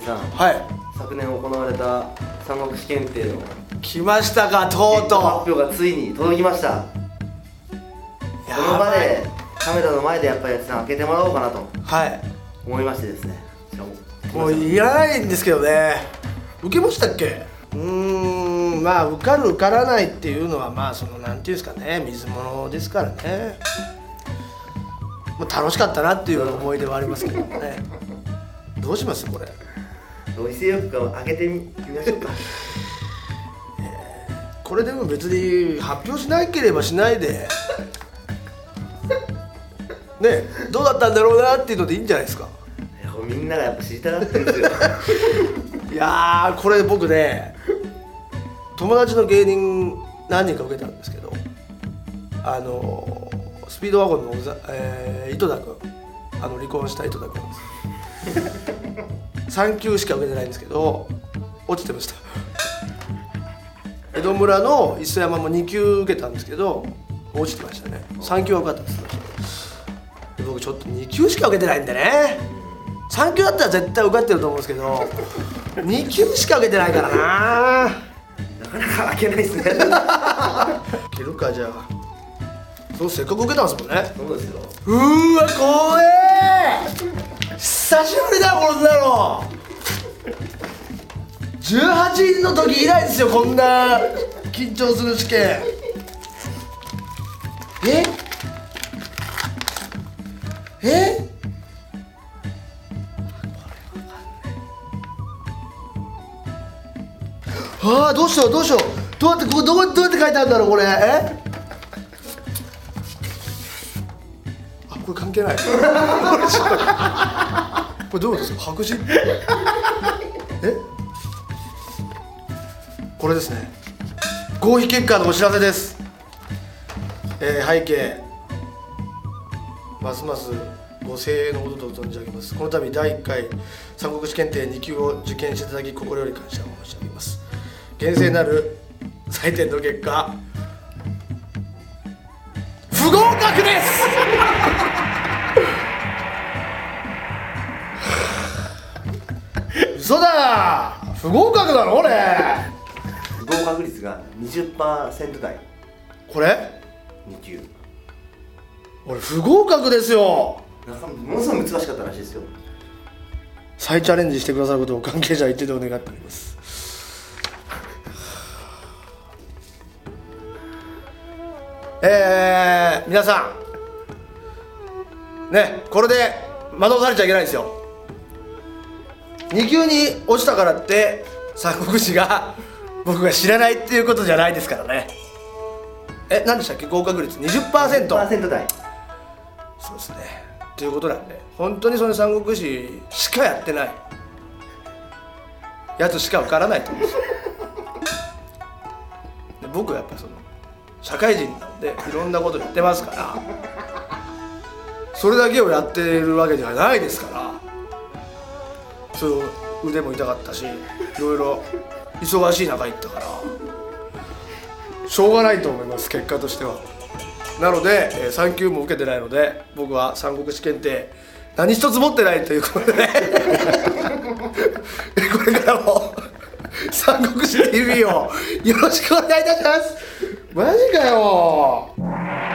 さん、 はい、 昨年行われた三国志検定の来ましたか、とうとう発表がついに届きました。この場でカメラの前でやっぱり開けてもらおうかなと思いましてですね。 もういらないんですけどね。受けましたっけ？まあ受かる受からないっていうのはまあそのなんていうんですかね、水物ですからね。もう楽しかったなっていう思い出はありますけどね。どうしますこれ？ 威勢よく開けてみましょうか。 これでも別に発表しなければしないでね、どうだったんだろうなっていうのでいいんじゃないですか。 いやみんながやっぱ知りたがってるんですよ。 いやーこれ僕ね、友達の芸人何人か受けたんですけど、スピードワゴンの井戸田君、離婚した井戸田君です3級しか受けてないんですけど落ちてました。江戸村の磯山も2級受けたんですけど落ちてましたね。3級は受かったんです。僕ちょっと2級しか受けてないんでね、3級だったら絶対受かってると思うんですけど2級しか受けてないからな。 なかなか開けないですね。 開けるかじゃあ。そうせっかく受けたんですもんね。 そうですよ。 うわ怖えー、久しぶりだこんなの。18人の時以来ですよ、こんな緊張する試験。ああどうしようどうしよう、どうやってここどうやって書いてあるんだろうこれ。あこれ関係ない。これどういうことですか、白紙。これですね、合否結果のお知らせです。背景ますますご声援のほどと存じ上げます。この度第1回三国志検定2級を受験していただき心より感謝を申し上げます。厳正なる採点の結果不合格です。嘘だ、不合格だろ俺。 合格率が 20% 台。 これ 2級俺不合格ですよ。 ものすごい難しかったらしいですよ。 再チャレンジしてくださることを関係者一定でお願っております。皆さんね、これで惑わされちゃいけないですよ。2級に落ちたからって三国志が僕が知らないっていうことじゃないですからね。何でしたっけ、合格率 20%。 20% 台。 そうですね、ということなんで本当にその三国志しかやってないやつしか受からないと思うんですよ。で僕はやっぱその社会人なんでいろんなことやってますから、それだけをやってるわけではないですから、そう腕も痛かったしいろいろ忙しい中行ったからしょうがないと思います、結果としては。なので、3級も受けてないので僕は三国志検定何一つ持ってないということでこれからも三国志 TV をよろしくお願いいたします。マジかよ。